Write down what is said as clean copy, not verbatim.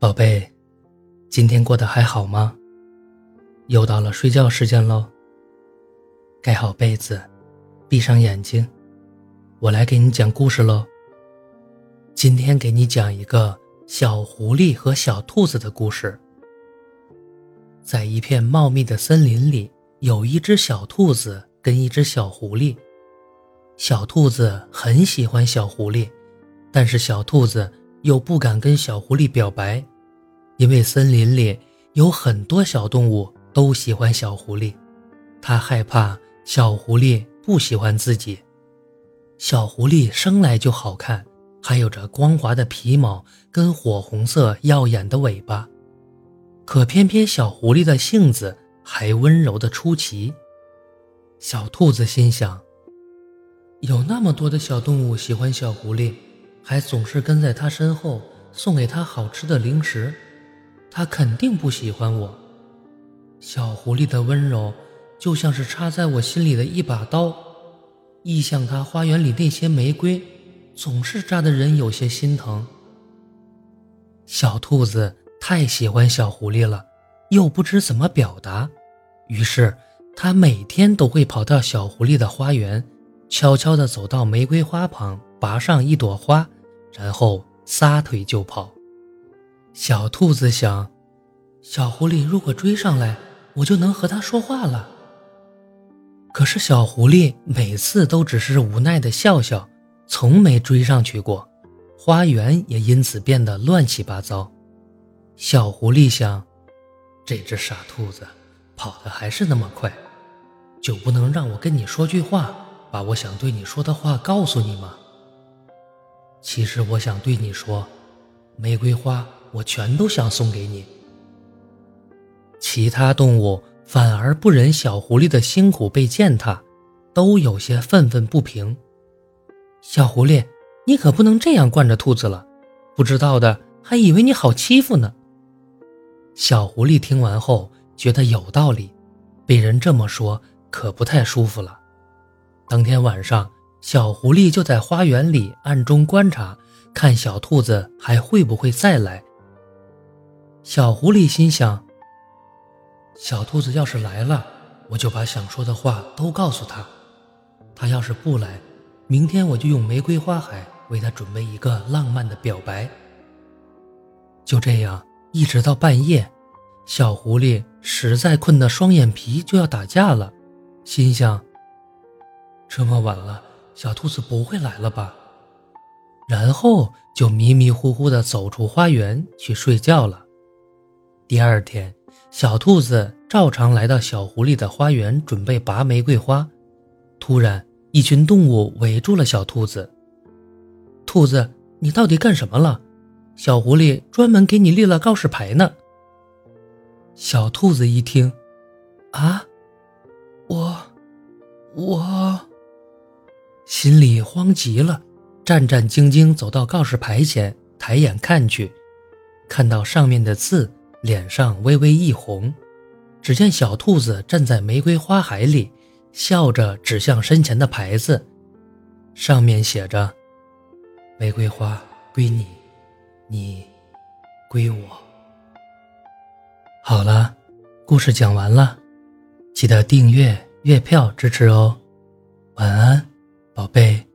宝贝，今天过得还好吗？又到了睡觉时间喽。盖好被子，闭上眼睛，我来给你讲故事喽。今天给你讲一个小狐狸和小兔子的故事。在一片茂密的森林里，有一只小兔子跟一只小狐狸。小兔子很喜欢小狐狸，但是小兔子又不敢跟小狐狸表白，因为森林里有很多小动物都喜欢小狐狸，它害怕小狐狸不喜欢自己。小狐狸生来就好看，还有着光滑的皮毛跟火红色耀眼的尾巴，可偏偏小狐狸的性子还温柔的出奇。小兔子心想，有那么多的小动物喜欢小狐狸，还总是跟在它身后送给它好吃的零食，它肯定不喜欢我。小狐狸的温柔就像是插在我心里的一把刀，一想它花园里那些玫瑰，总是扎得人有些心疼。小兔子太喜欢小狐狸了，又不知怎么表达，于是它每天都会跑到小狐狸的花园，悄悄地走到玫瑰花旁，拔上一朵花，然后撒腿就跑。小兔子想，小狐狸如果追上来，我就能和它说话了。可是小狐狸每次都只是无奈地笑笑，从没追上去过，花园也因此变得乱七八糟。小狐狸想，这只傻兔子跑得还是那么快，就不能让我跟你说句话，把我想对你说的话告诉你吗？其实我想对你说，玫瑰花我全都想送给你。其他动物反而不忍小狐狸的辛苦被践踏，都有些愤愤不平。小狐狸，你可不能这样惯着兔子了，不知道的还以为你好欺负呢。小狐狸听完后觉得有道理，被人这么说可不太舒服了。当天晚上，小狐狸就在花园里暗中观察，看小兔子还会不会再来。小狐狸心想，小兔子要是来了，我就把想说的话都告诉他。他要是不来，明天我就用玫瑰花海为他准备一个浪漫的表白。就这样，一直到半夜，小狐狸实在困得双眼皮就要打架了，心想，这么晚了，小兔子不会来了吧？然后就迷迷糊糊地走出花园去睡觉了。第二天，小兔子照常来到小狐狸的花园，准备拔玫瑰花。突然，一群动物围住了小兔子。兔子，你到底干什么了？小狐狸专门给你立了告示牌呢。小兔子一听，啊，我心里慌极了，战战兢兢走到告示牌前，抬眼看去，看到上面的字，脸上微微一红。只见小兔子站在玫瑰花海里，笑着指向身前的牌子，上面写着，玫瑰花归你，你归我。好了，故事讲完了，记得订阅、月票支持哦。晚安，宝贝。